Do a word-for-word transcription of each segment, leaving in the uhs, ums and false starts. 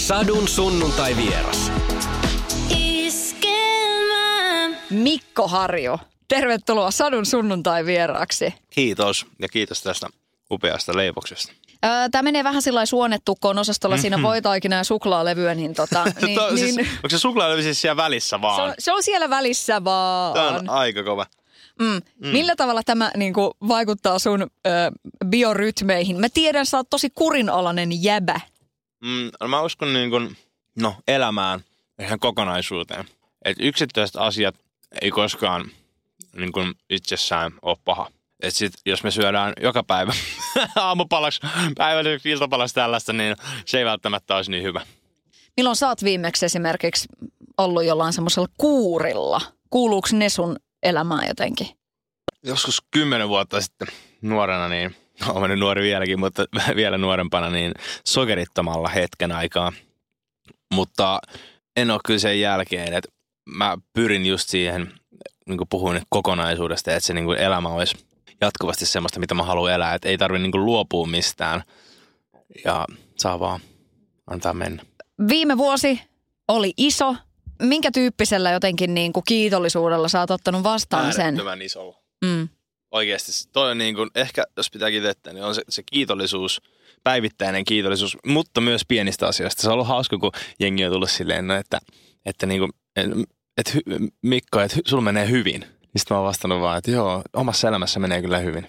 Sadun sunnuntai vieras. Mikko Harju, tervetuloa Sadun sunnuntai vieraaksi. Kiitos ja kiitos tästä upeasta leivoksesta. Tämä menee vähän sillä suonnetukkoon osastolla, siinä voitaikina ja suklaalevyä, niin tota... Niin, to, siis, niin, onko se suklaalevy siis siellä välissä vaan? Se on, se on siellä välissä vaan. Tämä on aika kova. Mm. Mm. Millä tavalla tämä niin kuin, vaikuttaa sun ö, biorytmeihin? Mä tiedän, sä oot tosi kurinalainen jäbä. Mm, no mä uskon niin kuin, no, elämään ihan kokonaisuuteen. Että yksittäiset asiat ei koskaan niin kuin itsessään ole paha. Että sit, jos me syödään joka päivä aamupalaksi, päivälliseksi, iltapalaksi tällaista, niin se ei välttämättä olisi niin hyvä. Milloin sä oot viimeksi esimerkiksi ollut jollain semmoisella kuurilla? Kuuluuko ne sun elämään jotenkin? Joskus kymmenen vuotta sitten nuorena, niin olen nyt nuori vieläkin, mutta vielä nuorempana, niin sokerittomalla hetken aikaa. Mutta en ole kyllä sen jälkeen, että mä pyrin just siihen, niin kuin puhuin kokonaisuudesta, että se niin kuin elämä olisi jatkuvasti semmoista, mitä mä haluan elää. Että ei tarvitse niin kuin luopua mistään ja saa vaan antaa mennä. Viime vuosi oli iso. Minkä tyyppisellä jotenkin niin kuin kiitollisuudella sä oot ottanut vastaan sen? Äärettömän isolla. Mm. Oikeasti. Toi on niin kuin, ehkä jos pitää kiittää, niin on se, se kiitollisuus, päivittäinen kiitollisuus, mutta myös pienistä asioista. Se on ollut hauska, kun jengi on tullut silleen, no, että, että niin kuin, että Mikko, että sulla menee hyvin. Niin sitten mä oon vastannut vaan, että joo, omassa elämässä menee kyllä hyvin.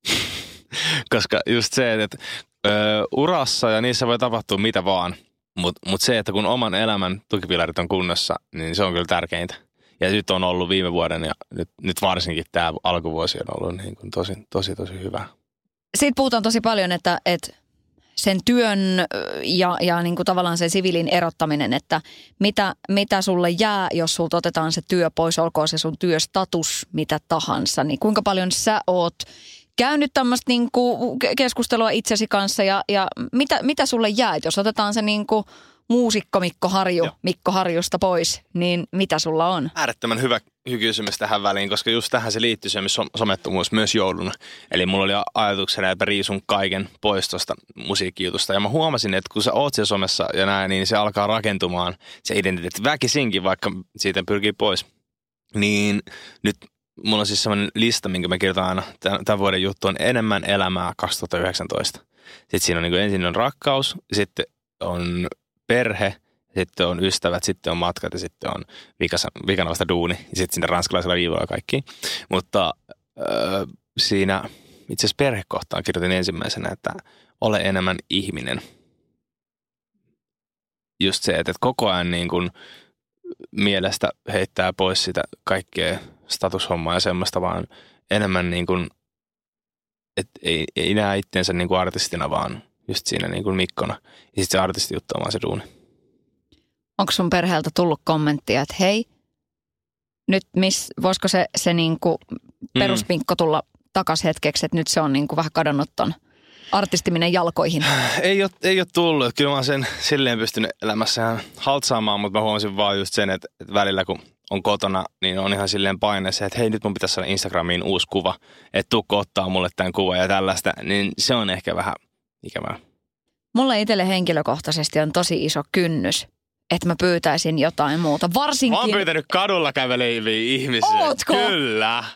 Koska just se, että ö, urassa ja niissä voi tapahtua mitä vaan. Mutta mut se, että kun oman elämän tukipilarit on kunnossa, niin se on kyllä tärkeintä. Ja nyt on ollut viime vuoden ja nyt, nyt varsinkin tämä alkuvuosi on ollut niin kuin tosi, tosi, tosi hyvä. Siitä puhutaan tosi paljon, että, että sen työn ja, ja niin kuin tavallaan sen siviilin erottaminen, että mitä, mitä sulle jää, jos sulta otetaan se työ pois, olkoon se sun työstatus mitä tahansa. Niin kuinka paljon sä oot käynyt tämmöistä niin kuin keskustelua itsesi kanssa ja, ja mitä, mitä sulle jää, jos otetaan se niin kuin muusikko Mikko Harju, Joo. Mikko Harjusta pois, niin mitä sulla on? Äärettömän hyvä kysymys tähän väliin, koska just tähän se liittyy se somettomuus myös jouluna. Eli mulla oli ajatuksena, että riisun kaiken pois tuosta musiikkijutusta. Ja mä huomasin, että kun sä oot siellä somessa ja näin, niin se alkaa rakentumaan se identiteetti väkisinkin, vaikka siitä pyrkii pois. Niin nyt mulla on siis sellainen lista, minkä mä kirjoitan aina. Tämän vuoden juttu on enemmän elämää kaksituhattayhdeksäntoista. Sitten siinä on niin kuin ensin on rakkaus, sitten on perhe, sitten on ystävät, sitten on matkat ja sitten on vikana vasta duuni. Ja sitten sinne ranskalaisella viivoilla kaikki. Mutta öö, siinä itse asiassa perhekohtaan kirjoitin ensimmäisenä, että ole enemmän ihminen. Just se, että koko ajan niin kuin mielestä heittää pois sitä kaikkea statushommaa ja semmoista, vaan enemmän niin kuin, että ei, ei näe itseensä niin kuin artistina, vaan just siinä niin kuin Mikkona. Ja sitten se artisti juttu on vaan se duuni. Onko sun perheeltä tullut kommenttia, että hei, nyt miss, voisiko se, se niin kuin peruspinkko tulla takas hetkeksi, että nyt se on niin kuin vähän kadonnut ton artistiminen jalkoihin? Ei ole, ei ole tullut. Kyllä mä oon sen silleen pystynyt elämässään haltsaamaan, mutta mä huomasin vaan just sen, että, että välillä kun on kotona, niin on ihan silleen paineessa, että hei, nyt mun pitäisi saada Instagramiin uusi kuva, että tuukko ottaa mulle tämän kuvan ja tällaista, niin se on ehkä vähän ikävää. Mulle itselle henkilökohtaisesti on tosi iso kynnys, että mä pyytäisin jotain muuta. Varsinkin... Mä oon pyytänyt kadulla käveleviä ihmisiä. Ootko? Kyllä.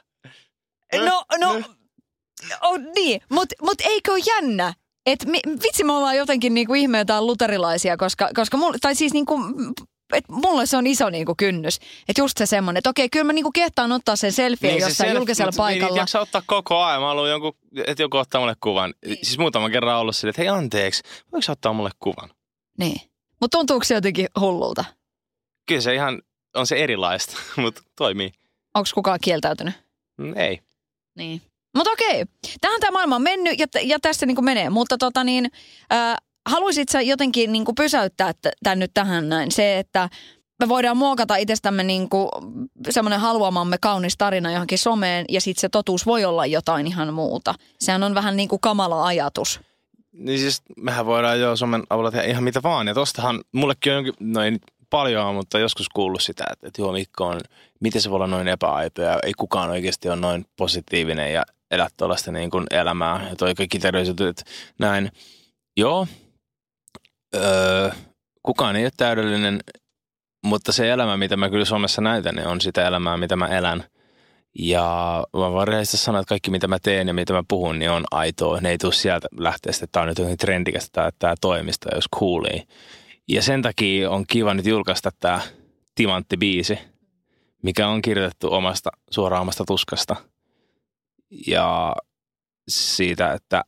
No, no, oh, niin, mutta mut eikö ole jännä? Että vitsi me ollaan jotenkin niinku ihme jotain luterilaisia, koska, koska mulla, tai siis niinku... Että mulle se on iso niinku kynnys. Että just se semmoinen, että okei, kyllä mä niinku kehtaan ottaa sen selfie niin, jossain se julkisella self, paikalla. Niin, jaksa ottaa koko ajan. Mä haluan jonkun, että joku ottaa mulle kuvan. Siis muutaman kerran ollut silleen, että hei anteeksi, voiko sä ottaa mulle kuvan? Niin. Mutta tuntuuko se jotenkin hullulta? Kyllä se ihan, on se erilaista, mutta toimii. Onko kukaan kieltäytynyt? Ei. Niin. Mutta okei, tähän tämä maailma on mennyt ja, ja tässä niinku menee. Mutta tota niin... Äh, haluaisit sä jotenkin niin kuin pysäyttää tämän nyt tähän näin? Se, että me voidaan muokata itsestämme niin kuin semmoinen haluamamme kaunis tarina johonkin someen ja sitten se totuus voi olla jotain ihan muuta. Sehän on vähän niin kuin kamala ajatus. Niin siis mehän voidaan jo somen avulla tehdä ihan mitä vaan. Ja tostahan mullekin on jonkin, no ei paljon, mutta joskus kuullut sitä, että, että joo Mikko on, miten se voi olla noin epäaito ja ei kukaan oikeasti ole noin positiivinen ja elää tuollaista niin kuin elämää. Ja toi kaikki terveiset, että näin. Joo. Öö, kukaan ei ole täydellinen, mutta se elämä, mitä mä kyllä somessa näytän, niin on sitä elämää, mitä mä elän. Ja mä vaan rehellisesti sanoa, että kaikki mitä mä teen ja mitä mä puhun, niin on aitoa. Ne ei tule sieltä lähteä, että tää on nyt jotenkin trendikästä tai että tää toimista, jos coolia. Ja sen takia on kiva nyt julkaista tää Timantti-biisi, mikä on kirjoitettu omasta, suoraan omasta tuskasta. Ja siitä, että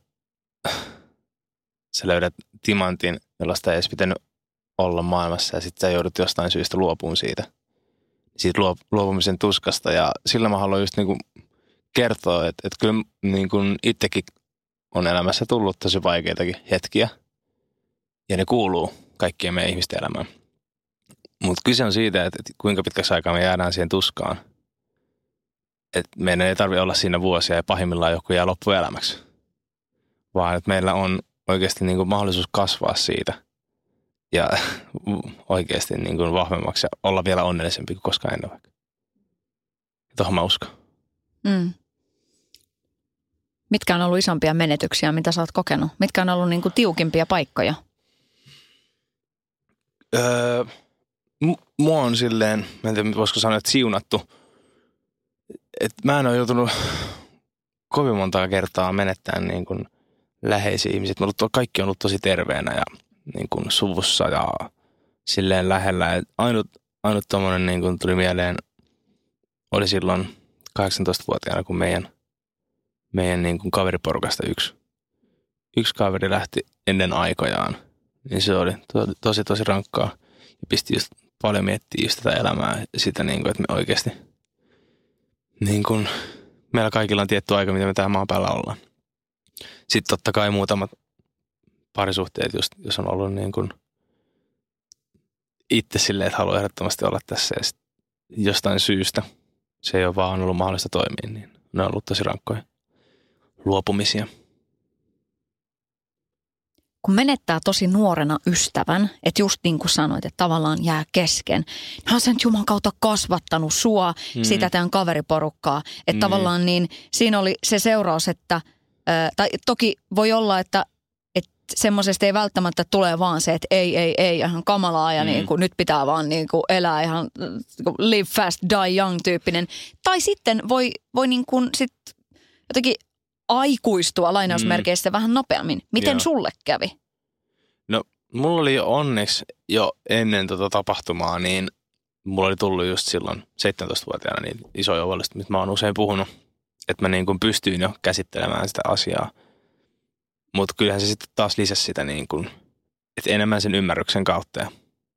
sä löydät timantin, jollaista ei edes pitänyt olla maailmassa ja sitten sä joudut jostain syystä luopumaan siitä. Siitä luopumisen tuskasta ja sillä mä haluan just niinku kertoa, että, että kyllä niinku itsekin on elämässä tullut tosi vaikeitakin hetkiä ja ne kuuluu kaikkien meidän ihmisten elämään. Mutta kyse on siitä, että, että kuinka pitkäksi aikaa me jäädään siihen tuskaan. Että meidän ei tarvitse olla siinä vuosia ja pahimmillaan joku jää loppuelämäksi. Vaan että meillä on oikeasti niinku mahdollisuus kasvaa siitä ja oikeasti niinku vahvemmaksi ja olla vielä onnellisempi kuin koskaan ennen vaikka. Tuohon mä uskon. Mm. Mitkä on ollut isompia menetyksiä, mitä sä oot kokenut? Mitkä on ollut niinku tiukimpia paikkoja? Öö, m- mua on silleen, mä en tiedä voisiko sanoa, että siunattu. Että mä en ole joutunut kovin montaa kertaa menettämään niin kuin läheisiä ihmisiä. Mä ollut, kaikki on ollut tosi terveenä ja niin kuin suvussa ja silleen lähellä. Et ainut ainut tommonen niin kuin tuli mieleen oli silloin kahdeksantoistavuotiaana, kun meidän, meidän niin kuin kaveriporukasta yksi, yksi kaveri lähti ennen aikojaan. Niin se oli to, tosi tosi rankkaa ja pisti just paljon miettiä just tätä elämää ja sitä, niin kuin, että me oikeasti niin kuin meillä kaikilla on tietty aika, mitä me täällä maan päällä ollaan. Sitten totta kai muutamat parisuhteet, just, jos on ollut niin kuin itse silleen, että haluaa ehdottomasti olla tässä ja jostain syystä se ei ole vaan ollut mahdollista toimia, niin ne on ollut tosi rankkoja luopumisia. Kun menettää tosi nuorena ystävän, että just niin kuin sanoit, että tavallaan jää kesken. Hän on sen Jumalan kautta kasvattanut sua, mm. sitä tämän kaveriporukkaa. Että mm. tavallaan niin siinä oli se seuraus, että, ää, tai toki voi olla, että, että semmoisesta ei välttämättä tule vaan se, että ei, ei, ei, ihan kamalaa ja mm. niin kuin, nyt pitää vaan niin kuin elää ihan live fast, die young -tyyppinen. Tai sitten voi, voi niin kuin sit jotenkin aikuistua lainausmerkeissä mm. vähän nopeammin. Miten Joo. sulle kävi? No, mulla oli jo onneksi jo ennen tota tapahtumaa, niin mulla oli tullut just silloin seitsemäntoistavuotiaana niin isoja oivallista, mitä mä oon usein puhunut, että mä niin kuin pystyin jo käsittelemään sitä asiaa. Mutta kyllähän se sitten taas lisäsi sitä niin kuin, että enemmän sen ymmärryksen kautta.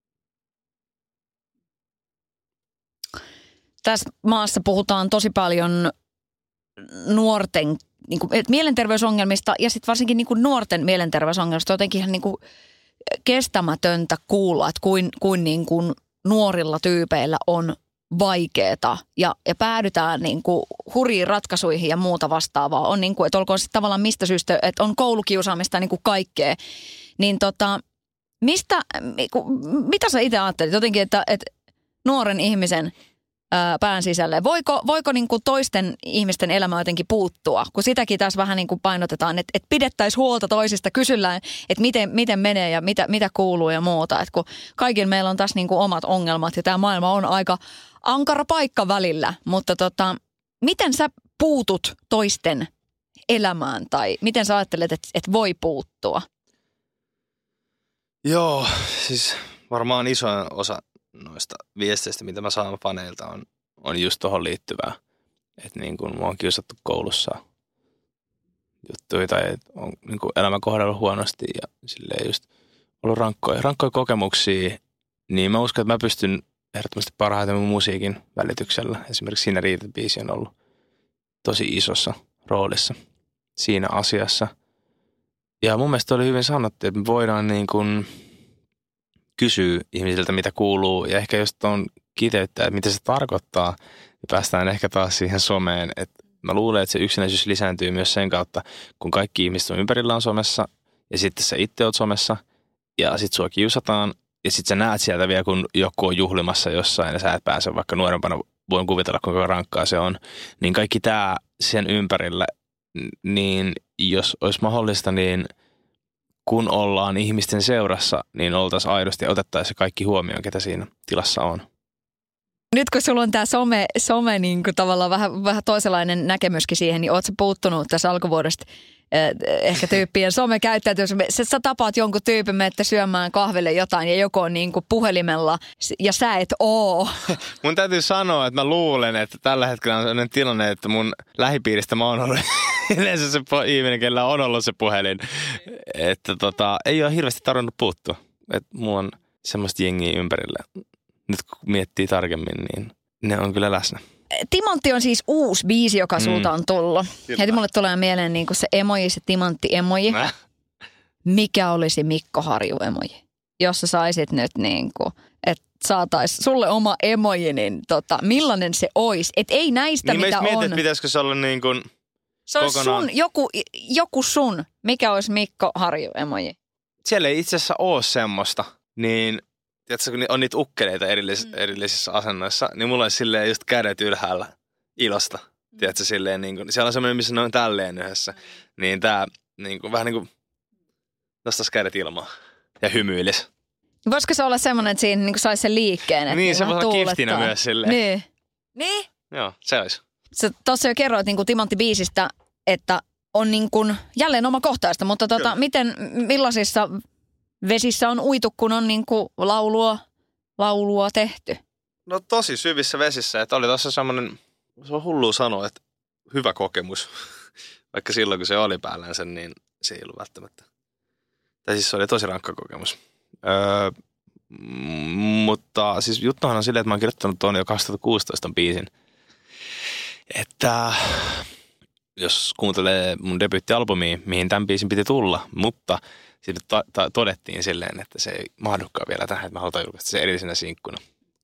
Tässä maassa puhutaan tosi paljon nuorten niin kuin, mielenterveysongelmista ja sitten varsinkin niin kuin nuorten mielenterveysongelmista. Jotenkin ihan niin kuin kestämätöntä kuulla, että kuin, kuin, niin kuin nuorilla tyypeillä on vaikeeta ja, ja päädytään niin kuin hurjiin ratkaisuihin ja muuta vastaavaa. On niin kuin, että olkoon sitten tavallaan mistä syystä, että on koulukiusaamista niin kuin kaikkea. Niin tota, mistä, mitä sä itse ajattelit jotenkin, että, että nuoren ihmisen pään sisälle. Voiko, voiko niin kuin toisten ihmisten elämä jotenkin puuttua? Kun sitäkin tässä vähän niin kuin painotetaan, että, että pidettäisiin huolta toisista, kysyllään, että miten, miten menee ja mitä, mitä kuuluu ja muuta. Että kun kaikilla meillä on tässä niin kuin omat ongelmat ja tämä maailma on aika ankara paikka välillä, mutta tota, miten sä puutut toisten elämään tai miten sä ajattelet, että, että voi puuttua? Joo, siis varmaan iso osa noista viesteistä, mitä mä saan faneilta, on, on just tuohon liittyvää. Että niin kuin mua on kiusattu koulussa juttuja tai on niin kuin elämä kohdellut huonosti ja silleen just ollut rankkoja, rankkoja kokemuksia, niin mä uskon, että mä pystyn ehdottomasti parhaiten mun musiikin välityksellä. Esimerkiksi Siinä riitä -biisi on ollut tosi isossa roolissa siinä asiassa. Ja mun mielestä oli hyvin sanottu, että me voidaan niin kuin kysyä ihmisiltä, mitä kuuluu, ja ehkä just on kiteyttää, että mitä se tarkoittaa, ja päästään ehkä taas siihen someen, että mä luulen, että se yksinäisyys lisääntyy myös sen kautta, kun kaikki ihmiset on ympärillä on somessa, ja sitten sä itse oot somessa, ja sit sua kiusataan, ja sit sä näet sieltä vielä, kun joku on juhlimassa jossain, ja sä et pääse vaikka nuorempana, voin kuvitella, kuinka rankkaa se on, niin kaikki tää sen ympärillä, niin jos olisi mahdollista, niin kun ollaan ihmisten seurassa, niin oltaisiin aidosti ja otettaisiin kaikki huomioon, ketä siinä tilassa on. Nyt kun sulla on tämä some, some niin kuin tavallaan vähän, vähän toisenlainen näkemyskin siihen, niin ootko sä puuttunut tässä alkuvuodesta ehkä tyyppien somekäyttäytymistä? Sä, sä tapaat jonkun tyypin, menette syömään kahville jotain ja joku on niin kuin puhelimella ja sä et oo. Mun täytyy sanoa, että mä luulen, että tällä hetkellä on sellainen tilanne, että mun lähipiiristä mä oon ollut yleensä se ihminen, kellä on ollut se puhelin. Että tota, ei ole hirveästi tarvinnut puuttua. Että mulla on semmoista jengiä ympärillä. Nyt kun miettii tarkemmin, niin ne on kyllä läsnä. Timantti on siis uusi biisi, joka sulta on tullut. Kyllä. Heti mulle tulee mieleen niin kuin se emoji, se Timantti-emoji. Äh. Mikä olisi Mikko Harju-emoji? Jos sä saisit nyt niin kuin, että saatais sulle oma emoji, niin tota, millainen se olisi? Että ei näistä, niin mitä on. Niin että pitäisikö se olla niin kuin se olisi sun, joku, joku sun. Mikä olisi Mikko Harju-emoji? Siellä ei itse asiassa ole semmoista, niin... Tiedätkö, kun on niitä ukkeleita erillis, mm. erillisissä asennoissa, niin mulla olisi silleen just kädet ylhäällä ilosta. Mm. Tiedätkö, silleen niin kuin, siellä on semmoinen, missä ne on tälleen yhdessä. Mm. Niin tää niin kuin, vähän niin kuin nostaisi kädet ilmaan ja hymyilisi. Voisiko se olla semmoinen, että siinä niin saisi sen liikkeen? Että niin, se voi olla kiftinä myös silleen. Niin. Niin? Joo, se olisi. Sä tuossa jo kerroit niin kuin Timantti-biisistä, että on niin kuin jälleen omakohtaista, mutta tota, miten, millaisissa... vesissä on uitu, kun on niinku laulua, laulua tehty. No tosi syvissä vesissä, että oli tuossa semmoinen, se on hullua sanoa, että hyvä kokemus. Vaikka silloin, kun se oli päällänsä, niin se ei ollut välttämättä. Tai siis se oli tosi rankka kokemus. Öö, mutta siis juttuhan on silleen, että mä oon kirjoittanut tuon jo kaksituhattakuusitoista biisin. Että jos kuuntelee mun debyyttialbumia, mihin tämän biisin piti tulla, mutta... Sitten ta- ta- todettiin silleen, että se ei mahdukaan vielä tähän, että me halutaan julkaista se erillisenä sinkkuna.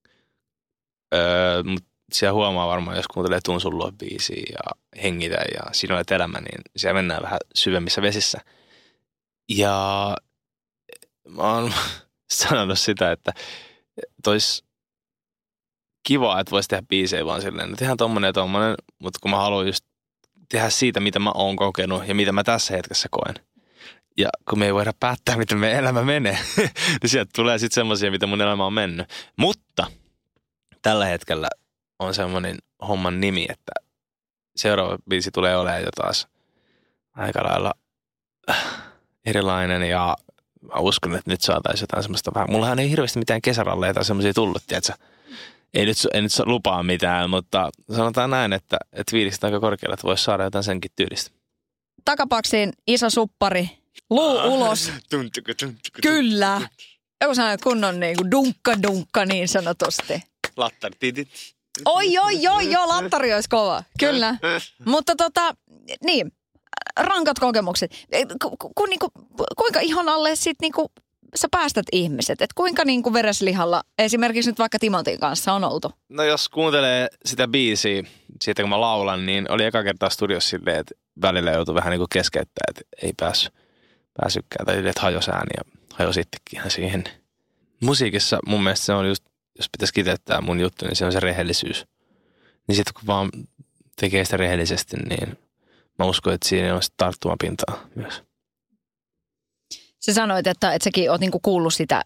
Öö, mutta siellä huomaa varmaan, jos kuuntelee Tuun sun luo biisiä ja Hengitä ja Sinä olet elämä, niin siellä mennään vähän syvemmissä vesissä. Ja mä oon sanonut sitä, että tois kiva, että voisi tehdä biisejä vaan silleen, että tehdään tommonen ja tommonen, mutta kun mä haluan just tehdä siitä, mitä mä oon kokenut ja mitä mä tässä hetkessä koen. Ja kun me ei voida päättää, miten meidän elämä menee, niin sieltä tulee sitten semmoisia, mitä mun elämä on mennyt. Mutta tällä hetkellä on semmoinen homman nimi, että seuraava biisi tulee olemaan jo taas aika lailla erilainen. Ja mä uskon, että nyt saataisiin jotain semmoista vähän. Mullahan ei hirveästi mitään kesäralleja tai semmoisia tullut, tiedätkö? Ei nyt, ei nyt lupaa mitään, mutta sanotaan näin, että, että fiilikset aika korkealla, että voisi saada jotain senkin tyylistä. Takapaksiin iso suppari. Luu ulos. Kyllä. Joku sanoo kunnon niin kuin dunkka dunkka niin sanotusti. Lattari. Oi, oi, oi, joo, lattari olisi kova. Kyllä. Mutta tota, niin, rankat kokemukset. Ku, ku, niinku, kuinka ihon alle sit niinku sä päästät ihmiset? Et kuinka niinku vereslihalla esimerkiksi nyt vaikka Timantin kanssa on oltu? No jos kuuntelee sitä biisiä, siitä kun mä laulan, niin oli eka kertaa studiossa silleen, että välillä joutui vähän niinku keskeyttää, että ei päässyt. pääsykään, tai että hajosi ääni ja hajosi itsekin siihen. Musiikissa mun mielestä se on just, jos pitäisi kiteyttää mun juttu, niin se on se rehellisyys. Niin sitten kun vaan tekee sitä rehellisesti, niin mä uskon, että siinä on sitä tarttumapintaa myös. Sä sanoit, että, että säkin oot niinku kuullut sitä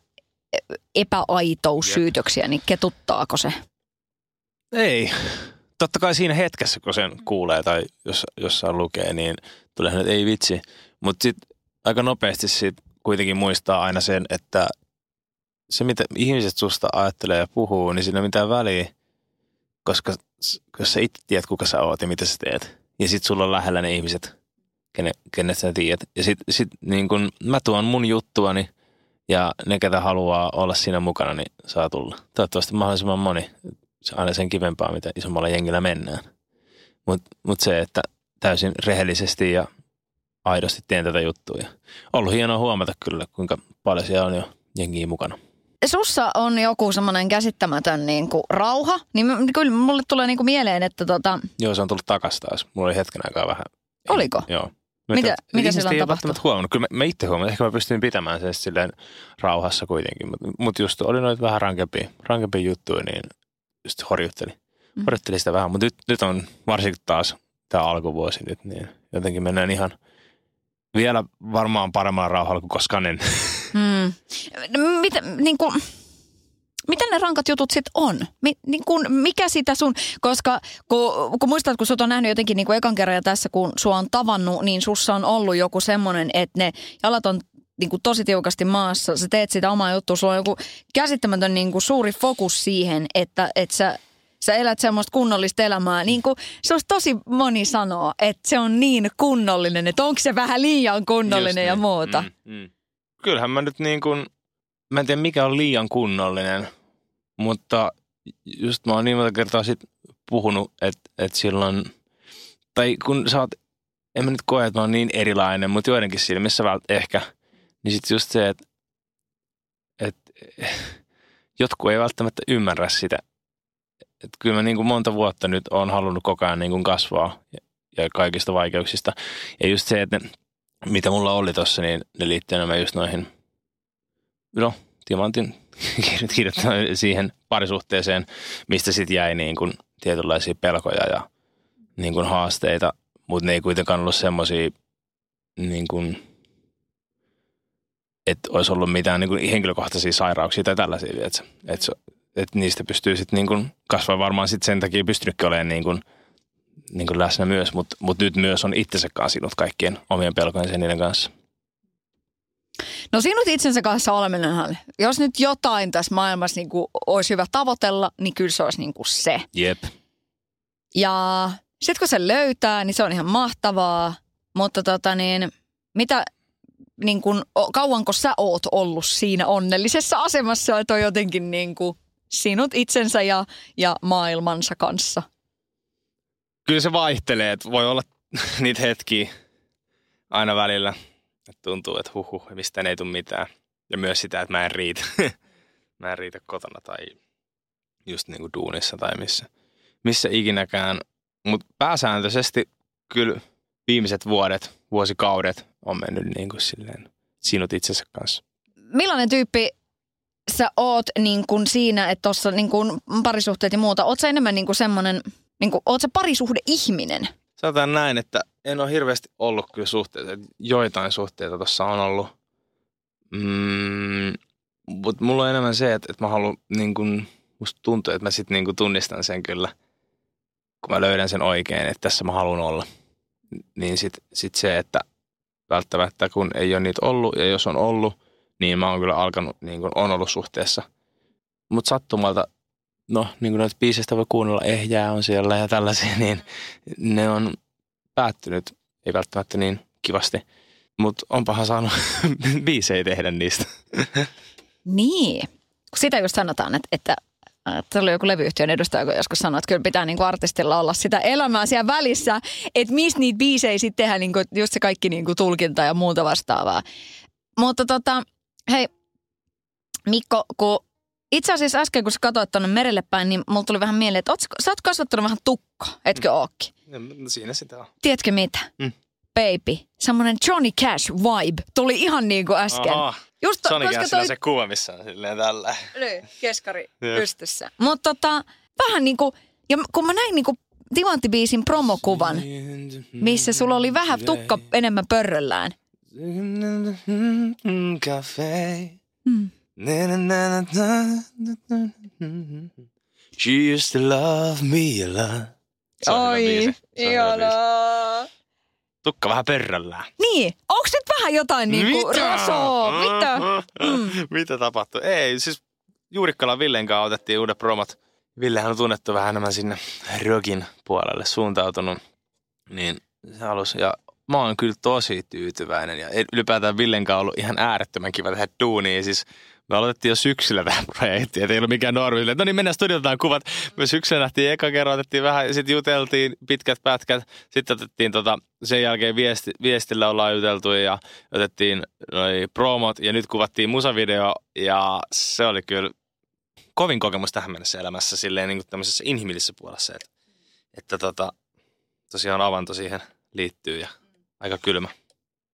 epäaitoussyytöksiä, niin ketuttaako se? Ei. Totta kai siinä hetkessä, kun sen kuulee tai jos, jossain lukee, niin tulee, että ei vitsi. Mutta sitten aika nopeasti siitä kuitenkin muistaa aina sen, että se mitä ihmiset susta ajattelee ja puhuu, niin siinä ei ole mitään väliä, koska jos sä itse tiedät, kuka sä oot ja mitä sä teet. Ja sit sulla on lähellä ne ihmiset, kenet, kenet sä tiedät. Ja sit, sit niin kun mä tuon mun juttuani ja ne, ketä haluaa olla siinä mukana, niin saa tulla. Toivottavasti mahdollisimman moni. Se on aina sen kivempaa, mitä isommalla jengillä mennään. Mutta mut se, että täysin rehellisesti ja aidosti teen tätä juttua. Ja ollut hienoa huomata kyllä, kuinka paljon siellä on jo jengiä mukana. Sussa on joku semmoinen käsittämätön niin kuin rauha, niin kyllä mulle tulee niin kuin mieleen, että tota... Joo, se on tullut takaisin taas. Mulla oli hetken aikaa vähän... Oliko? Joo. Mitä, mitä sillä on tapahtunut? Huomannut. Kyllä mä, mä itse huomannut. Ehkä mä pystyin pitämään sen silleen rauhassa kuitenkin. Mutta mut just oli noita vähän rankempia, rankempia juttuja, niin just horjutteli. Mm. Horjutteli sitä vähän. Mutta nyt, nyt on varsinkin taas tämä alkuvuosi nyt, niin jotenkin mennään ihan vielä varmaan paremmalla rauhalla kuin koskaan ennen. Hmm. Mitä, niin kuin, miten ne rankat jutut sitten on? Mi, niin kuin, mikä sitä sun, koska kun, kun muistat, kun sut on nähnyt jotenkin niin kuin ekan kerran ja tässä, kun sua on tavannut, niin sussa on ollut joku semmoinen, että ne jalat on niin kuin tosi tiukasti maassa, sä teet sitä omaa juttua, sulla on joku käsittämätön niin kuin suuri fokus siihen, että, että sä, sä elät semmoista kunnollista elämää. Niin kuin, se olisi tosi moni sanoo, että se on niin kunnollinen, että onko se vähän liian kunnollinen niin. ja muuta. Mm, mm. Kyllähän mä nyt niin kuin, mä en tiedä mikä on liian kunnollinen, mutta just mä oon niin monta kertaa sit puhunut, että, että silloin, tai kun sä oot, en mä nyt koe, että mä oon niin erilainen, mutta joidenkin silmissä vält ehkä, niin sitten just se, että, että jotkut ei välttämättä ymmärrä sitä. Että kyllä mä niin kuin monta vuotta nyt oon halunnut koko ajan niin kuin kasvaa ja, ja kaikista vaikeuksista. Ja just se, että ne, mitä mulla oli tossa, niin ne liittyy enemmän just noihin, no, timantin kirjoittanut siihen parisuhteeseen, mistä sitten jäi niin kuin tietynlaisia pelkoja ja niin kuin haasteita, mutta ne ei kuitenkaan ollut semmoisia niin kuin että olisi ollut mitään niin kuin henkilökohtaisia sairauksia tai tällaisia, että, että, että niistä pystyy sitten niin kuin kasvaa varmaan sitten sen takia pystynytkin olemaan niin kuin, niin kuin läsnä myös, mutta, mutta nyt myös on itsensä kanssa kaikkien omien pelkojen sen niiden kanssa. No sinut itsensä kanssa oleminenhan, jos nyt jotain tässä maailmassa niin kuin olisi hyvä tavoitella, niin kyllä se olisi niin kuin se. Jep. Ja sitten kun se löytää, niin se on ihan mahtavaa, mutta tota niin, mitä... Niin kuin, kauanko sä oot ollut siinä onnellisessa asemassa, että on jotenkin niin kuin sinut itsensä ja, ja maailmansa kanssa? Kyllä se vaihtelee, että voi olla niitä hetkiä aina välillä, että tuntuu, että huhuh, mistä ei tule mitään. Ja myös sitä, että mä en riitä. Mä en riitä kotona tai just niin kuin duunissa tai missä, missä ikinäkään. Mutta pääsääntöisesti kyllä viimeiset vuodet, vuosikaudet on mennyt niin kuin silleen sinut itsensä kanssa. Millainen tyyppi sä oot niin kuin siinä, että tuossa niin kuin parisuhteet ja muuta, oot sä enemmän niin kuin semmoinen, niin kuin, oot sä parisuhdeihminen? Sanotaan näin, että en ole hirveästi ollut kyllä suhteita. Joitain suhteita tuossa on ollut. Mm, mutta mulla on enemmän se, että, että mä haluan, niin kuin, musta tuntuu, että mä sitten niin kuin tunnistan sen kyllä, kun mä löydän sen oikein, että tässä mä haluan olla. Niin sitten sit se, että välttämättä kun ei ole niitä ollut ja jos on ollut, niin mä oon kyllä alkanut, niin kuin on ollut suhteessa. Mutta sattumalta, no niin kuin noita biiseistä voi kuunnella, ehjää on siellä ja tällaisia, niin ne on päättynyt, ei välttämättä niin kivasti. Mutta onpahan saanut biisejä tehdä niistä. Niin, sitä just sanotaan, että, että Tämä oli joku levyyhtiön edustaja, joka joskus sanoi, että kyllä pitää niin kuin artistilla olla sitä elämää siellä välissä, että missä niitä biisejä sitten tehdään, niin kuin just se kaikki niin kuin tulkinta ja muuta vastaavaa. Mutta tota, hei Mikko, kun itse asiassa äsken kun sä katsoit tuonne merelle päin, niin mulla tuli vähän mieleen, että oot, sä oot kasvattanut vähän tukka, etkö mm. ookin? No siinä sitä on. Tiedätkö mitä? Mm. Baby, semmoinen Johnny Cash vibe tuli ihan niin kuin äsken. Aha. Just to, Johnny Cash toi... se kuva, missä on silleen tällä. Niin, keskari pystyssä. Mutta tota, vähän niin kuin, ja kun mä näin niin kuin Timanttibiisin promokuvan, missä sulla oli vähän tukka enemmän pörröllään. Mm. She used to love me a lot. Oi, ihanaa. Tukka vähän pörröllään. Niin, onks nyt vähän jotain niinku rasoa? Mitä? Mm. Mitä tapahtui? Ei, siis Juurikkalan Villen kanssa otettiin uudet promot. Villehän on tunnettu vähän enemmän sinne rockin puolelle suuntautunut. Niin se halusi. Ja mä oon kyllä tosi tyytyväinen. Ja ylipäätään Villen kanssa on ollut ihan äärettömän kiva tehdä duunia. Siis me aloitettiin jo syksyllä tähän projektiin, että ei ollut mikään normi. No niin, mennään studiotaan kuvat. Me syksyllä nähtiin eka kerran, otettiin vähän, sitten juteltiin pitkät pätkät. Sitten otettiin tota, sen jälkeen viesti, viestillä ollaan juteltu ja otettiin noi promot ja nyt kuvattiin musavideo. Ja se oli kyllä kovin kokemus tähän mennessä elämässä silleen niin kuin tämmöisessä inhimillisessä puolessa. Että, että tota, tosiaan avanto siihen liittyy ja aika kylmä.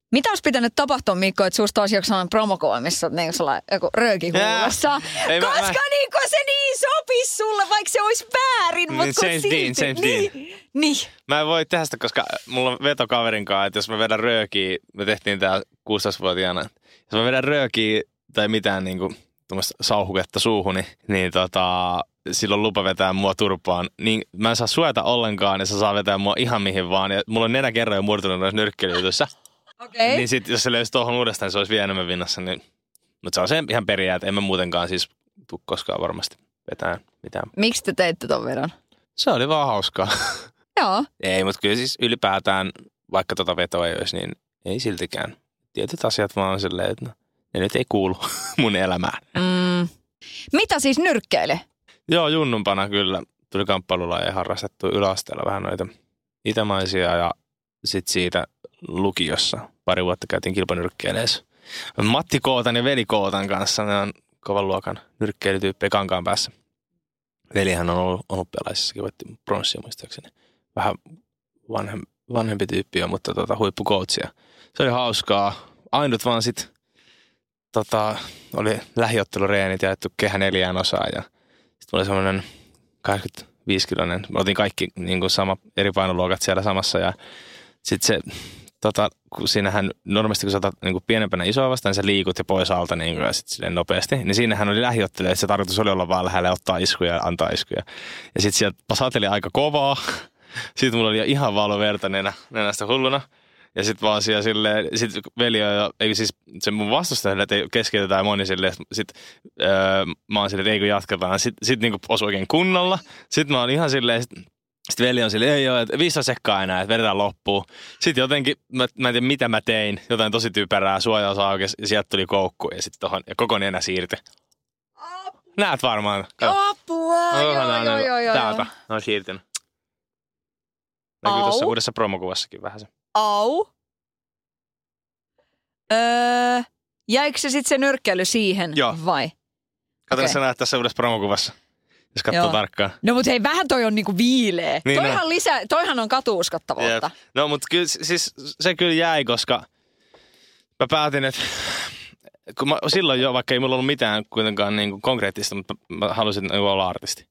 Mitä olisi pitänyt tapahtua, Mikko, että susta olisi joku sellainen promokuva, missä on niin joku rööki huulessa? Koska mä... niin se niin sopisi sulle, vaikka se olisi väärin, mutta kun James silti. Dean, James niin, Dean. Niin. Mä en voi tehdä sitä, koska mulla on veto kaverin kanssa, että jos mä vedän röökiä, me tehtiin tää kuusitoistavuotiaana, jos mä vedän röökiä tai mitään niinku tuommoista sauhuketta suuhuni, niin tota, silloin lupa vetää mua turpaan. Niin mä en saa suojata ollenkaan ja se saa vetää mua ihan mihin vaan. Ja mulla on nenä kerran jo murtunut noissa nyrkkeilyjutuissa. Okei. Niin sit jos se löysi tuohon uudestaan, niin se olisi vielä enemmän vinnassa. Niin... Mutta se on se ihan periaate, että en mä muutenkaan siis tule koskaan varmasti vetää mitään. Miksi te teitte ton vedon? Se oli vaan hauskaa. Joo. Ei, mutta kyllä siis ylipäätään, vaikka tota vetoa ei olisi, niin ei siltikään. Tietyt asiat vaan on silleen, että no, ne nyt ei kuulu mun elämään. Mm. Mitä siis nyrkkeile? Joo, junnumpana kyllä. Tuli kamppailulajeja harrastettu yläasteella vähän noita itämaisia ja sitten siitä lukiossa pari vuotta käytiin kilpanyrkkeileissä. Matti Kootan ja veli Kootan kanssa, ne on kovan luokan nyrkkeilytyyppejä Kankaan päässä. Velihän on ollut olympialaisissakin, voitti pronssia muistaakseni. Vähän vanhem, vanhempi tyyppi jo, mutta tota, huippukoutsia. Se oli hauskaa. Ainut vaan sit tota, oli lähiottelureenit jaettu kehä neljään osaan ja sitten oli semmoinen kahdeksankymmentäviisi kiloinen. Me oltiin kaikki niin kuin sama, eri painoluokat siellä samassa ja sitten se, tota, kun siinähän normaalisti kun sä otat niin kuin pienempänä isoa vastaan, niin sä liikut ja pois alta niin kuin, ja sitten silleen nopeasti. Niin siinähän oli lähiottelu, että se tarkoitus oli olla vaan lähellä ottaa iskuja ja antaa iskuja. Ja sitten sieltä pasateli aika kovaa. Sitten mulla oli ihan valo verta nenä, nenästä hulluna. Ja sitten vaan siellä silleen, sitten veli on, ei siis se mun vastustaja, että keskeytetään moni silleen, sitten öö, mä oon silleen, että ei kun jatketaan. Sitten sit niinku osui oikein kunnolla. Sitten mä oon ihan silleen, sitten sit veli on silleen, ei oo, että viisi sekkaa enää, että vedetään loppuun. Sitten jotenkin, mä, mä en tiedä mitä mä tein, jotain tosi typerää, suojaus aukesi ja sieltä tuli koukku ja sitten tohon, ja koko nenä siirtyi. Näet varmaan. Apua, no, joo, no, joo, joo, joo. Täältä, ne on siirtynyt. Näkyy tuossa uudessa promokuvassakin vähän se. Au. Öö, jäikö se sitten se nyrkkeily siihen Joo. vai? Kato, okay. Sä näet tässä uudessa promokuvassa, jos katsoo Joo. tarkkaan. No mutta hei, vähän toi on niinku viileä. Niin toihan, no. lisä, toihan on katuuskottavuutta. Jep. No mutta kyllä siis se kyllä jäi, koska mä päätin, että kun mä, silloin jo, vaikka ei mulla ollut mitään kuitenkaan niin kuin konkreettista, mutta mä halusin niin olla artisti.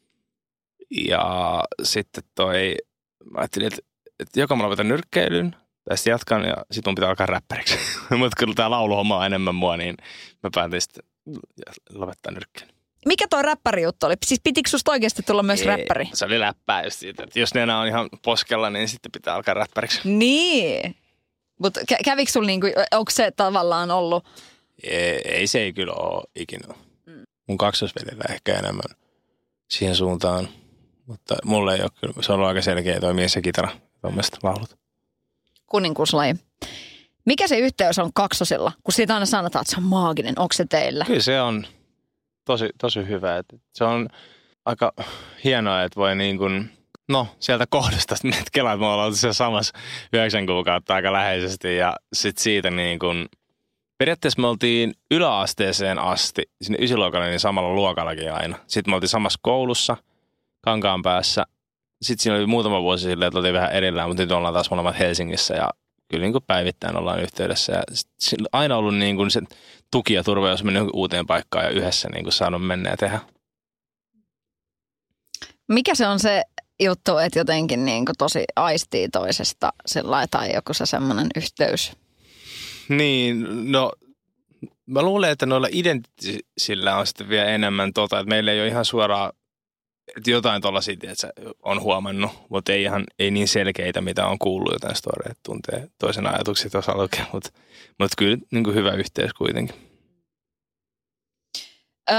Ja sitten toi, mä ajattelin, että, että joko mä lopetan nyrkkeilyn, tai sitten jatkan ja sitten mun pitää alkaa räppäriksi. Mutta kun tää lauluhomma on enemmän mua, niin mä päätin sitten lopettaa nyrkkeilyn. Mikä toi räppärijuttu oli? Siis pitikö susta oikeasti tulla myös Ei, räppäri? Se oli läppää just siitä, että jos nenä on ihan poskella, niin sitten pitää alkaa räppäriksi. Niin. Mutta kä- kävikö sulla niinku, onko se tavallaan ollut? Ei, ei se ei kyllä ole ikinä. Mm. Mun kaksosvelillä ehkä enemmän siihen suuntaan. Mutta mulle ei ole kyllä, se on ollut aika selkeä toi mies ja kitara, tuommoiset laulut. Kuninkuuslaji. Mikä se yhteys on kaksosilla? Kun siitä aina sanotaan, että se on maaginen. Onko se teillä? Kyllä se on tosi, tosi hyvä. Että se on aika hienoa, että voi niin kuin, no sieltä kohdasta, että kelaat, me ollaan siellä samassa yhdeksän kuukautta aika läheisesti ja sitten siitä niin kuin, periaatteessa me oltiin yläasteeseen asti, sinne ysiluokalle, niin samalla luokallakin aina. Sitten me oltiin samassa koulussa, Kankaan päässä. Sitten siinä oli muutama vuosi silleen, että oltiin vähän erillään, mutta nyt ollaan taas molemmat Helsingissä ja kyllä niin kuin päivittäin ollaan yhteydessä. Ja aina ollut niin kuin se tuki ja turva, jos mennyt uuteen paikkaan ja yhdessä niin kuin saanut mennä ja tehdä. Mikä se on se juttu, että jotenkin niin kuin tosi aistii toisesta sillä tai joku se semmoinen yhteys? Niin, no mä luulen, että noilla identisillä on sitten vielä enemmän tota, että meillä ei ole ihan suoraan, että jotain tollaisia, että on huomannut, mutta ei ihan ei niin selkeitä, mitä on kuullut jotain storia, että tuntee toisen ajatukset osa lukea, mutta, mutta kyllä niin kuin hyvä yhteys kuitenkin. Öö,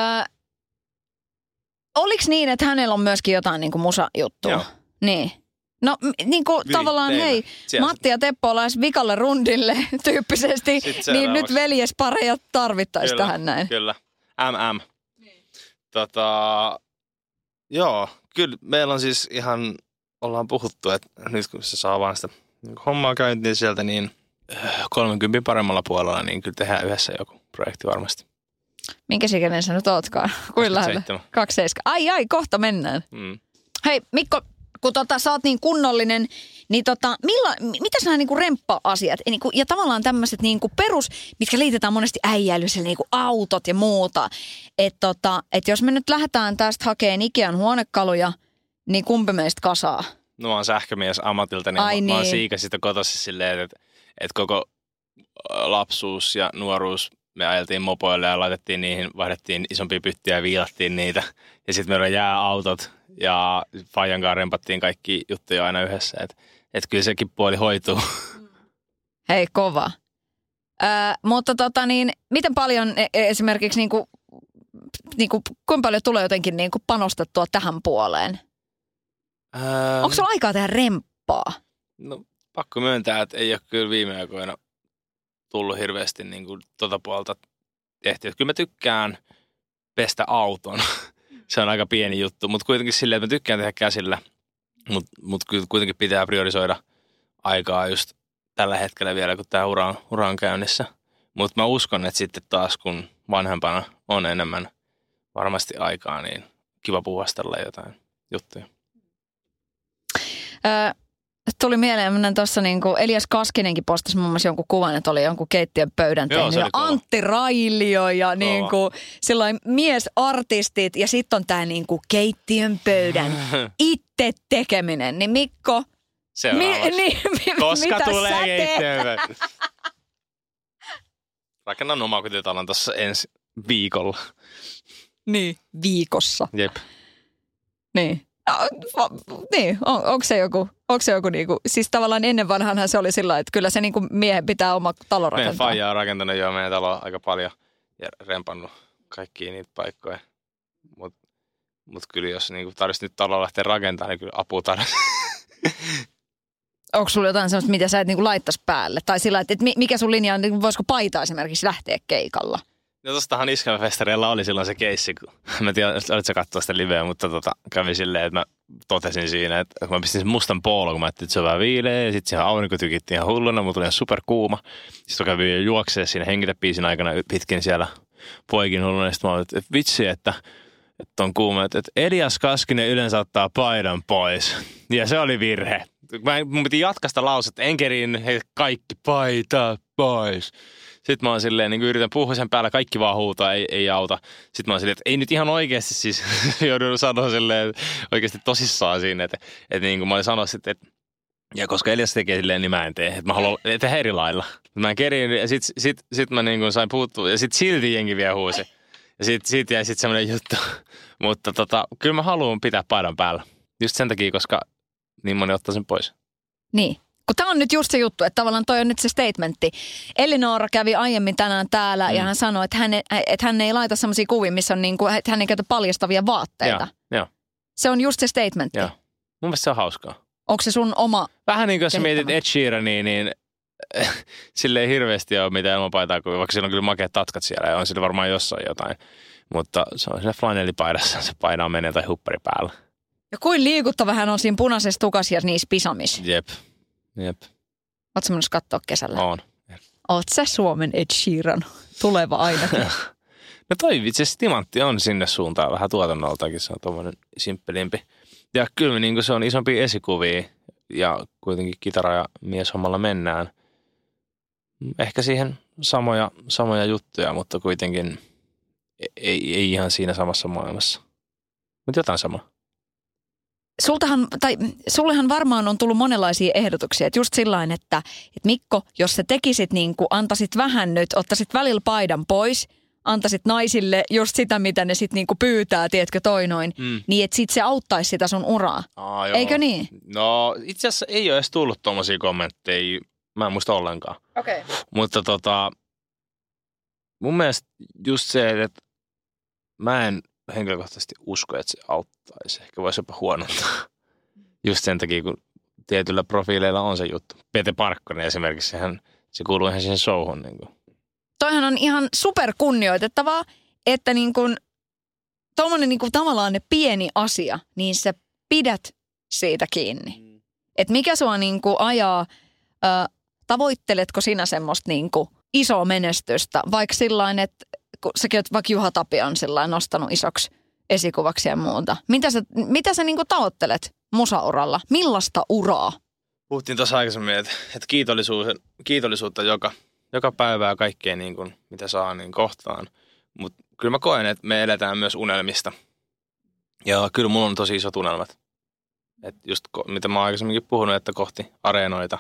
oliko niin, että hänellä on myöskin jotain niin kuin musajuttua? Joo. Niin. No niin kuin Niin, tavallaan teillä. hei, Siellä Matti ja Teppo olaisi vikalle rundille tyyppisesti, niin nyt veljespareja tarvittaisiin tähän näin. Kyllä, M M. Niin. Tota, joo, kyllä meillä on siis ihan, ollaan puhuttu, että nyt kun se saa vaan sitä hommaa käyntiin sieltä, niin kolmenkympin paremmalla puolella, niin kyllä tehdään yhdessä joku projekti varmasti. Minkä ikäinen sä nyt ootkaan? Kuinka lähellä? kaksikymmentäseitsemän. Ai ai, kohta mennään. Mm. Hei Mikko, kun tota, sä oot niin kunnollinen, niin tota, milla, mitä nämä niinku remppa-asiat niinku, ja tavallaan tämmöiset niinku perus, mitkä liitetään monesti äijäilyiselle, niinku autot ja muuta. Että tota, et jos me nyt lähdetään tästä hakemaan Ikean huonekaluja, niin kumpi meistä kasaa? No mä oon sähkömies ammatilta, niin Ai mä, niin. mä oon siikaisista kotossa silleen, että, että koko lapsuus ja nuoruus me ajeltiin mopoille ja laitettiin niihin, vaihdettiin isompia pyttiä ja viilattiin niitä. Ja sitten meillä on jääautot ja Fajan kanssa rempattiin kaikki juttuja aina yhdessä. Että et kyllä sekin puoli hoituu. Hei, kova. Ö, mutta tota niin, miten paljon esimerkiksi niinku, niinku, kuinka paljon tulee jotenkin niinku panostettua tähän puoleen? Ähm, Onko sulla aikaa tehdä remppaa? No pakko myöntää, että ei ole kyllä viime aikoina tullut hirveästi niin kuin tota puolta tehtyä. Kyllä mä tykkään pestä auton. Se on aika pieni juttu, mutta kuitenkin silleen, että mä tykkään tehdä käsillä. Mutta mut kuitenkin pitää priorisoida aikaa just tällä hetkellä vielä, kun tämä ura on, ura on käynnissä. Mutta mä uskon, että sitten taas kun vanhempana on enemmän varmasti aikaa, niin kiva puhastella jotain juttuja. Öö, tuli mieleen, että tuossa niinku Elias Kaskinenkin postasi muun muassa jonkun kuvan, että oli jonkun keittiön pöydän Joo, tehnyt. Ja Antti Railio ja niinku sellainen miesartistit ja sitten on tämä niinku keittiön pöydän itse tekeminen. Niin Mikko, Seuraavaksi. mi, niin, mi, Koska mitä tulee sä teet? keittiön? Rakennan omakotitalon tuossa ensi viikolla. Niin, viikossa. Jep. Niin. No, niin, on, onko se joku, onko se joku niinku, siis tavallaan ennen vanhanhan se oli sillä, että kyllä se niinku miehen pitää oma talo rakentaa. Meidän faija on rakentanut jo meidän taloa aika paljon ja rempannut kaikkia niitä paikkoja. Mutta mut kyllä jos niinku tarvitsisi nyt taloa lähteä rakentamaan, niin kyllä apua tarvitsisi. Onko sulla jotain sellaista, mitä sä et niinku laittaisi päälle? Tai sillä, että mikä sun linja on, niin voisiko paita esimerkiksi lähteä keikalla? No tostahan Iskelmäfestareilla oli silloin se keissi, kun mä en tiedä, olit sä katsoa sitä liveä, mutta tota, kävi silleen, että mä totesin siinä, että mä pistin sen mustan poolon, kun mä ajattelin, että se on vähän viileä, ja sitten siihen aurinko tykitti ihan hulluna, mutta tuli ihan superkuuma. Sitten kävi jo juokseen siinä Hengitä-biisin aikana pitkin siellä poikin hulluna, ja sitten mä olin, että vitsi, että, että on kuuma, että Elias Kaskinen yleensä ottaa paidan pois, ja se oli virhe. Mä, mun piti jatkaa sitä lausetta, en keriin he kaikki paita pois. Sitten mä oon silleen, niin yritän puhua sen päällä, kaikki vaan huutaa, ei, ei auta. Sitten mä oon silleen, että ei nyt ihan oikeasti siis, joudun sanoa silleen, että oikeasti tosissaan siinä, että, että niin kuin mä olin sanoa sitten, että ja koska Elias tekee silleen, niin mä en tee, että mä haluan tehdä eri lailla. Mä en kerin, ja sit, sit, sit mä niin kuin sain puuttua, ja sit silti jengi vielä huusi. Ja sit, sit jäi sit semmoinen juttu. Mutta tota, kyllä mä haluan pitää paidan päällä. Just sen takia, koska niin moni ottaa sen pois. Niin. Kun tämä on nyt just se juttu, että tavallaan toi on nyt se statementti. Elinora kävi aiemmin tänään täällä mm. ja hän sanoi, että hän, että hän ei laita sellaisia kuvia, missä on niin kuin, että hän ei käytä paljastavia vaatteita. Joo, jo. Se on just se statementti. Joo. Mun mielestä se on hauskaa. Onko se sun oma vähän niin kuin jos mietit Ed Sheerania, niin sille ei hirveästi ole mitään ilmapaitaa, vaikka sillä on kyllä makeat tatskat siellä ja on sillä varmaan jossain jotain. Mutta se on sillä flanellipaidassa, se painaa menee tai huppari päällä. Ja kuin liikuttava hän on siinä punaisessa tukas ja niissä pisamissa. Jep. Jep. Ootko sä menossa katsoa kesällä? Oon. Oot sä Suomen Ed Sheeran? Tuleva ainakin. No toi itse asiassa timantti on sinne suuntaan vähän tuotannoltakin. Se on tommoinen simppelimpi. Ja kyllä niin kuin se on isompia esikuvia ja kuitenkin kitara- ja mieshommalla mennään. Ehkä siihen samoja, samoja juttuja, mutta kuitenkin ei, ei ihan siinä samassa maailmassa. Mutta jotain samaa. Sultahan, tai sullehan varmaan on tullut monenlaisia ehdotuksia, että just sillain, että, että Mikko, jos sä tekisit niin kuin, antaisit vähän nyt, ottaisit välillä paidan pois, antaisit naisille just sitä, mitä ne sitten niin kuin pyytää, tiedätkö toi noin, mm. niin että sit se auttaisi sitä sun uraa. Aa, eikö niin? No itse asiassa ei ole edes tullut tommosia kommentteja, mä en muista ollenkaan. Okei. Okay. Mutta tota, mun mielestä just se, että mä en henkilökohtaisesti usko, että se auttaisi. Ehkä voisi jopa huonontaa. Just sen takia, kun tietyillä profiileilla on se juttu. Pete Parkkonen esimerkiksi, sehän, se kuuluu ihan siihen showhun. Niin kuin. Toihan on ihan super kunnioitettavaa, että niin kuin, tommonen niin kuin tavallaan ne pieni asia, niin sä pidät siitä kiinni. Mm. Että mikä sua niin kuin ajaa, äh, tavoitteletko sinä semmoista niin kuin isoa menestystä, vaikka sillain, että kun säkin oot vaikka Juha Tapio on sillain nostanut isoksi esikuvaksi ja muuta. Mitä sä, mitä sä niinku tavoittelet musauralla. Millaista uraa? Puhuttiin tuossa aikaisemmin, että, että kiitollisuus, kiitollisuutta joka, joka päivää kaikkea niin kuin, mitä saa niin kohtaan. Mutta kyllä mä koen, että me eletään myös unelmista. Ja kyllä mulla on tosi isot unelmat. Et just mitä mä oon aikaisemminkin puhunut, että kohti areenoita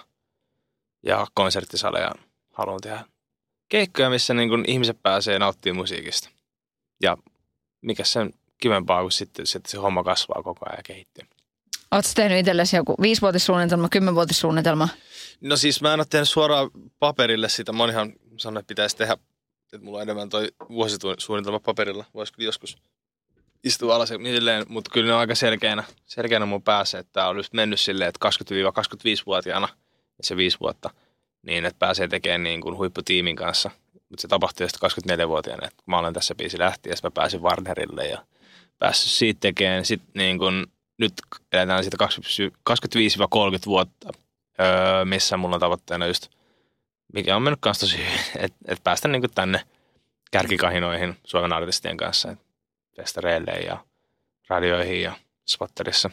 ja konserttisaleja haluan tehdä keikkoja, missä niin kun ihmiset pääsee nauttimaan musiikista. Ja mikä sen kivempaa, kun sitten, sitten se homma kasvaa koko ajan ja kehittyy. Oletko tehnyt itsellesi joku viisivuotissuunnitelma, kymmenvuotissuunnitelma? No siis mä en ole tehnyt suoraan paperille sitä. Monihan sanoi, että pitäisi tehdä, että mulla on enemmän toi vuosisuunnitelma paperilla. Voisiko joskus istua alas silleen, mutta kyllä ne on aika selkeänä, selkeänä mun päässä, että tää on just mennyt silleen, että kaksikymmentä-kaksikymmentäviisivuotiaana ja se viisi vuotta, niin että pääsee tekemään niin kuin huipputiimin kanssa. Mutta se tapahtui sitten kaksikymmentäneljävuotiaana, että mä olen tässä biisi lähti ja sitten mä pääsin Warnerille ja päässyt siitä tekemään. Sitten niin kuin, nyt eletään siitä kaksikymmentäviisi kolmekymmentä vuotta, öö, missä mulla on tavoitteena just, mikä on mennyt kanssa tosi hyvin, että et päästä niin kuin tänne kärkikahinoihin Suomen artistien kanssa, että festareille ja radioihin ja spotterissa.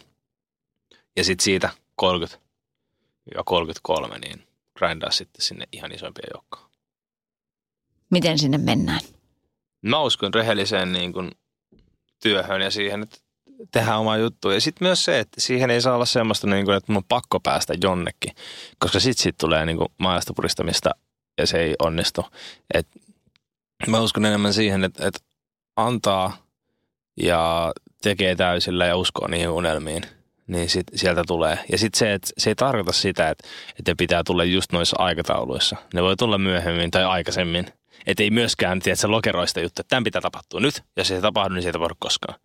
Ja sitten siitä kolmekymmentä kolmekymmentäkolme niin grindaa sitten sinne ihan isompia joukkoon. Miten sinne mennään? Mä uskon rehelliseen niin kuin työhön ja siihen, että tehdään omaa juttua. Ja sitten myös se, että siihen ei saa olla semmoista, niin kuin, että mun on pakko päästä jonnekin, koska sitten sit tulee niin kuin maasta puristamista ja se ei onnistu. Et mä uskon enemmän siihen, että, että antaa ja tekee täysillä ja uskoo niihin unelmiin, niin sit sieltä tulee. Ja sitten se, että se ei tarkoita sitä, että, että pitää tulla just noissa aikatauluissa. Ne voi tulla myöhemmin tai aikaisemmin. Että ei myöskään, tiedätkö, lokeroista juttu, että tämän pitää tapahtua nyt. Jos se ei tapahdu, niin se ei tapahdu koskaan.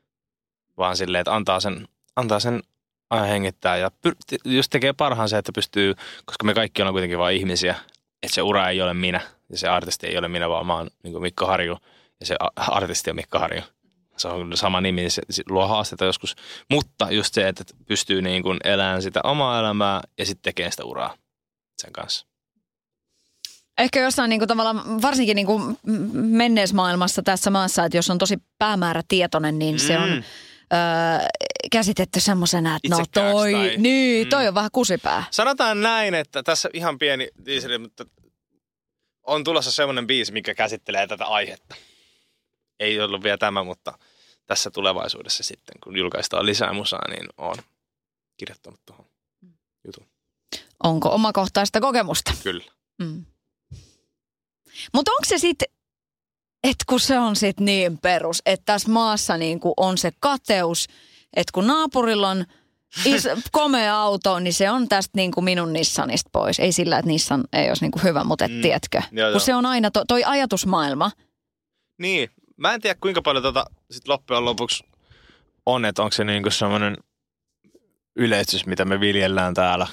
Vaan silleen, että antaa sen, antaa sen ajan hengittää ja pyr- just tekee parhaansa, että pystyy, koska me kaikki ollaan kuitenkin vain ihmisiä, että se ura ei ole minä ja se artisti ei ole minä, vaan mä oon niin kuin Mikko Harju ja se artisti on Mikko Harju. Se on kyllä sama nimi, se luo haasteita joskus, mutta just se, että pystyy niin kuin elämään sitä omaa elämää ja sitten tekemään sitä uraa sen kanssa. Ehkä jossain niin kuin tavallaan, varsinkin niin kuin menneessä maailmassa tässä maassa, että jos on tosi päämäärätietoinen, niin mm. se on öö, käsitetty semmoisena, että no toi, tai, niin, toi mm. on vähän kusipää. Sanotaan näin, että tässä ihan pieni tiiseri, mutta on tulossa semmoinen biisi, mikä käsittelee tätä aihetta. Ei ollut vielä tämä, mutta tässä tulevaisuudessa sitten, kun julkaistaan lisää musaa, niin olen kirjoittanut tuohon jutun. Onko omakohtaista kokemusta? Kyllä. Mm. Mutta onko se sitten, että kun se on sitten niin perus, että tässä maassa niinku on se kateus, että kun naapurilla on is- komea auto, niin se on tästä niinku minun Nissanista pois. Ei sillä, että Nissan ei olisi niinku hyvä, mutta et mm. tiedätkö? Joo, kun joo. Se on aina to- toi ajatusmaailma. Niin, mä en tiedä kuinka paljon tota sit loppujen lopuksi on, että onko se niinku semmoinen yleistys, mitä me viljellään täällä.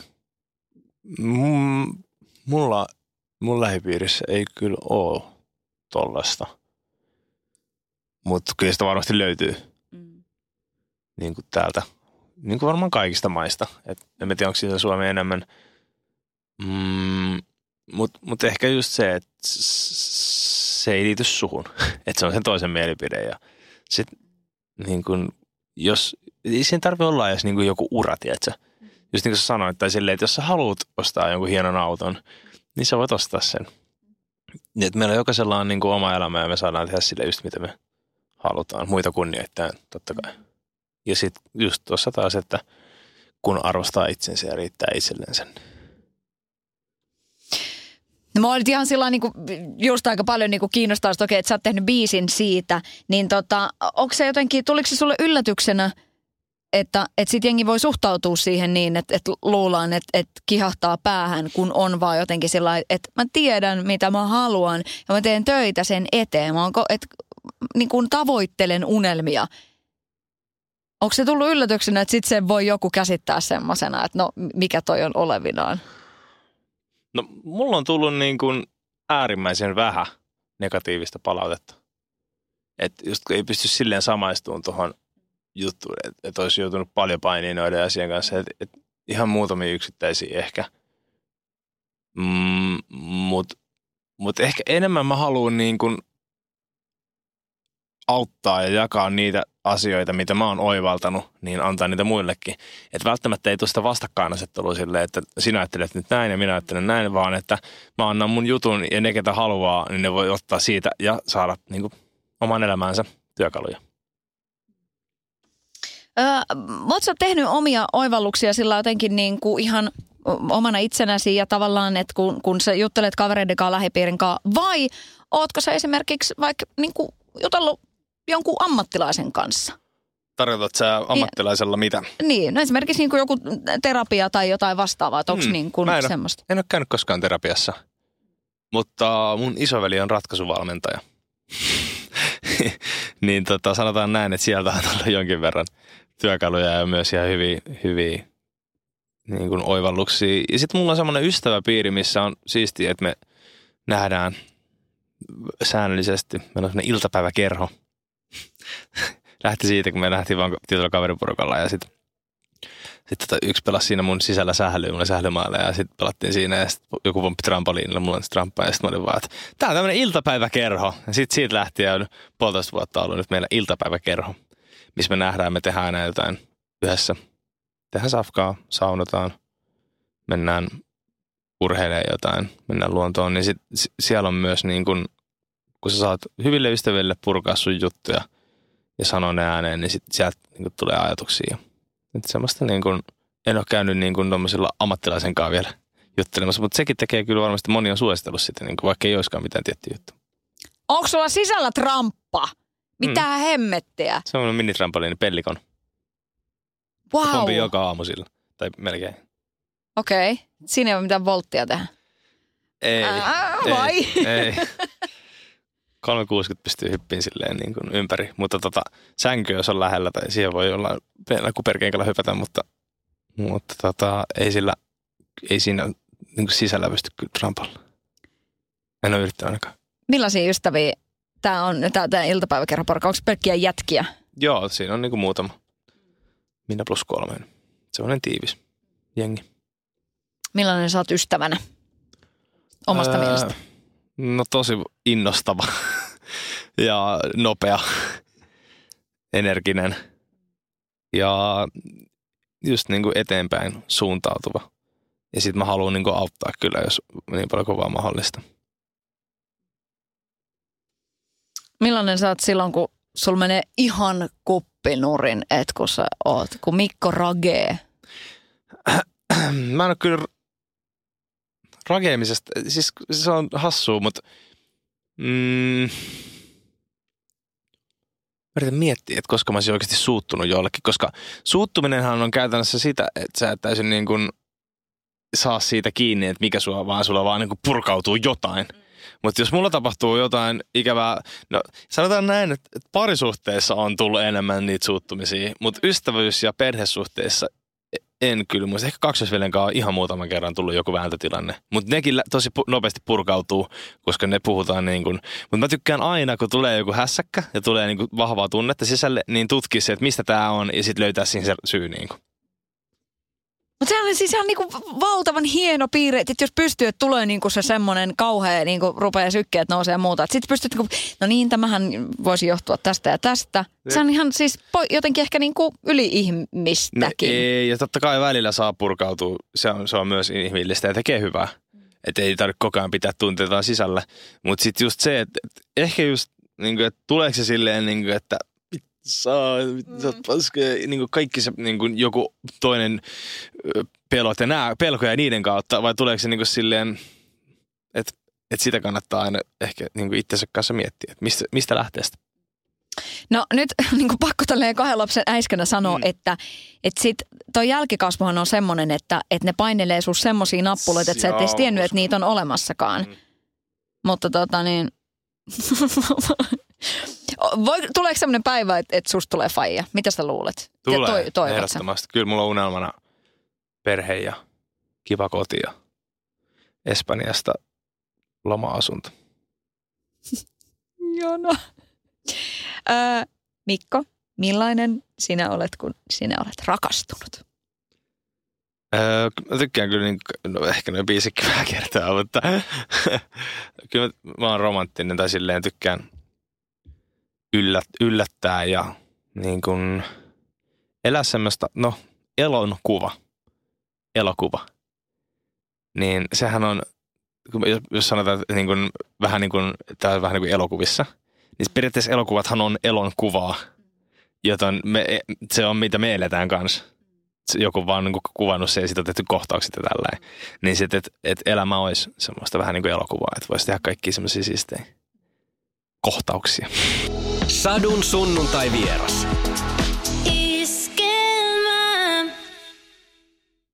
M- mulla... Mun lähipiirissä ei kyllä ole tollaista, mutta kyllä sitä varmasti löytyy mm. niin kuin täältä, niin kuin varmaan kaikista maista. Et en tiedä, onko siinä Suomi enemmän, mm, mutta mut ehkä just se, että se ei liity suhun, että se on sen toisen mielipide. Ja sit, niin kuin, jos, ei siinä tarvitse olla edes niin kuin joku ura, tiedätkö? Just niin kuin sä sanoit, tai silleen, että jos sä haluat ostaa jonkun hienon auton, niin sä voit ostaa sen. Niin, että meillä on jokaisella on niin kuin oma elämä ja me saadaan tehdä sille just mitä me halutaan. Muita kunnioittain, totta kai. Ja sitten just tuossa taas, että kun arvostaa itsensä ja riittää itsellensä. No mä olit ihan sillä niin kuin just aika paljon niin kuin kiinnostaa, että okei, että sä oot tehnyt biisin siitä. Niin tota, onko se jotenkin, tuliko se sulle yllätyksenä, että, että sit jengi voi suhtautua siihen niin, että, että luullaan, että, että kihahtaa päähän, kun on vaan jotenkin sellainen, että mä tiedän, mitä mä haluan ja mä teen töitä sen eteen. Mä onko, että niin kuin tavoittelen unelmia. Onko se tullut yllätyksenä, että sit se voi joku käsittää semmoisena, että no mikä toi on olevinaan? No mulla on tullut niin kuin äärimmäisen vähän negatiivista palautetta. Että just kun ei pysty silleen samaistumaan tuohon juttuun, että et olisi joutunut paljon painiin noiden asian kanssa. Et, et ihan muutamia yksittäisiä ehkä. Mm, Mutta mut ehkä enemmän mä haluan niin kuin auttaa ja jakaa niitä asioita, mitä mä oon oivaltanut, niin antaa niitä muillekin. Että välttämättä ei tule sitä vastakkainasettelua silleen, että sinä ajattelet nyt näin ja minä ajattelen näin, vaan että mä annan mun jutun ja ne, ketä haluaa, niin ne voi ottaa siitä ja saada niin kuin, oman elämäänsä työkaluja. Öö, ootko sä tehnyt omia oivalluksia sillä jotenkin niin kuin ihan omana itsenäsi ja tavallaan, että kun, kun sä juttelet kavereiden kanssa, lähipiirin kanssa, vai ootko sä esimerkiksi vaikka niin kuin jutellut jonkun ammattilaisen kanssa? Tarkoitatko sä ammattilaisella mitä? Niin, no esimerkiksi niin kuin joku terapia tai jotain vastaavaa, että onko hmm, niin kuin en semmoista? Ole, en ole käynyt koskaan terapiassa, mutta mun isoveli on ratkaisuvalmentaja. Niin tota, sanotaan näin, että sieltä on tullut jonkin verran työkaluja ja myös ihan hyviä, hyviä niin kuin oivalluksia. Ja sitten mulla on semmoinen ystäväpiiri, missä on siistiä, että me nähdään säännöllisesti. Meillä on semmoinen iltapäiväkerho. Lähti siitä, kun me nähtiin vaan tietyllä kaveriporukalla ja sitten sit tota yksi pelasi siinä mun sisällä sählyä, mulle sählymaalle ja sitten pelattiin siinä ja sitten joku pomppi trampoliinilla, mulla on tramppaa ja sitten mä olin vaan, että tää on tämmöinen iltapäiväkerho. Ja sitten siitä lähtien on puolitoista vuotta ollut nyt meillä iltapäiväkerho, missä me nähdään, me tehdään aina jotain yhdessä. Tehdään safkaa, saunotaan, mennään urheilemaan jotain, mennään luontoon, niin sit, siellä on myös niin kun, kun sä saat hyville ystäville purkaa sun juttuja ja sanoa ne ääneen, niin sit sieltä niin kun tulee ajatuksia. Että semmoista niin kun, en ole käynyt niin kun tommosilla ammattilaisenkaan vielä juttelemassa, mutta sekin tekee kyllä varmasti, moni on suositellut sitä, niin kun, vaikka ei olisikaan mitään tiettyä juttua. Onko sulla sisällä tramppa? Mitä mm. hemmettiä? Se on minitrampoliini pellikon. Wow. Pompii joka aamu sillä, tai melkein. Okei. Okay. Siinä ei ole mitään volttia tehdä. Ei. Ää, vai? Ei. ei. kolmesataakuusikymmentä pystyy hyppiin silleen niin kuin ympäri. Mutta tota, sänky, jos on lähellä, tai siihen voi olla pienellä kuperkeikalla hypätä, mutta, mutta tota, ei, sillä, ei siinä niin kuin sisällä pysty kyllä trampalla. En ole yrittänyt ainakaan. Millaisia ystäviä tämä on, tämä iltapäiväkerhoporukka? Onko pelkkiä jätkiä? Joo, siinä on niin kuin muutama. Minä plus kolme. Sellainen tiivis jengi. Millainen sä oot ystävänä omasta öö, mielestä? No tosi innostava ja nopea, energinen ja just niin kuin eteenpäin suuntautuva. Ja sit mä haluan niin kuin auttaa kyllä, jos niin paljon kuin vaan mahdollista. Millainen sä oot silloin, kun sulla menee ihan kuppinurin, että kun sä oot, kun Mikko ragee? Mä en ole kyllä rageemisesta, siis se on hassua, mutta mm, yritän miettiä, että koska mä olisin oikeasti suuttunut jollekin, koska suuttuminenhan on käytännössä sitä, että sä et täysin niin kuin saa siitä kiinni, että mikä sua vaan, sulla vaan niin kuin purkautuu jotain. Mm. Mutta jos mulla tapahtuu jotain ikävää, no sanotaan näin, että parisuhteessa on tullut enemmän niitä suuttumisia, mutta ystävyys- ja perhesuhteissa en kyllä muista. Ehkä kaksosveljen kanssa on ihan muutaman kerran tullut joku vääntötilanne. Mutta nekin tosi pu- nopeasti purkautuu, koska ne puhutaan niin kuin. Mutta mä tykkään aina, kun tulee joku hässäkkä ja tulee niin kuin vahvaa tunnetta sisälle, niin tutki se, että mistä tää on ja sitten löytää siihen se syy niin kuin. Mutta sehän on siis ihan niinku valtavan hieno piirre, että jos pystyy, että tulee niinku se semmoinen kauhea, niinku rupeaa sykkeet nousee ja muuta. Sitten pystyt, niinku, no niin, tämähän voisi johtua tästä ja tästä. Se on ihan siis jotenkin ehkä niinku yli-ihmistäkin. No ei, ja totta kai välillä saa purkautua. Se on, se on myös inhimillistä ja tekee hyvää. Että ei tarvitse koko ajan pitää tunteitaan sisällä. Mutta sitten just se, että, että ehkä just, niinku, että tuleeko se silleen, niinku, että saa, sä oot paskee, niin kuin kaikki se niin kuin joku toinen pelot ja nää pelkoja niiden kautta, vai tuleeko se niin kuin silleen, että, että sitä kannattaa aina ehkä niin kuin itsensä kanssa miettiä, että mistä, mistä lähtee sitä? No nyt niin kuin pakko tälleen kahden lapsen äiskänä sanoa, mm. että, että sit toi jälkikasvuhan on semmoinen, että, että ne painelee sus semmosia nappuloita, että sä et edes tiennyt, että niitä on olemassakaan. Mm. Mutta tota niin... Voi, tuleeko sellainen päivä, että, että susta tulee faija? Mitä sä luulet? Tulee, toi, ehdottomasti. Kyllä mulla on unelmana perhe ja kiva koti ja Espanjasta loma-asunto. Jona. Öö, Mikko, millainen sinä olet, kun sinä olet rakastunut? Öö, mä tykkään kyllä, niin, no ehkä noin biisikin vähän kertaa, mutta kyllä mä, mä oon romanttinen tai silleen tykkään. yllät, yllättää ja niin kuin elää semmoista, no elon kuva, elokuva. Niin sehän on, jos sanotaan että niin kuin, vähän niin kuin, tämä on vähän niin kuin elokuvissa, niin periaatteessa elokuvathan on elon kuvaa, joten me, se on mitä me eletään kanssa. Joku vaan niin kuin kuvannut se ja sitten on tehty kohtaukset ja tällainen. Niin sitten, että et elämä olisi semmoista vähän niin kuin elokuvaa, että voisi tehdä kaikkia semmoisia siistejä kohtauksia. Sadun sunnuntai vieras.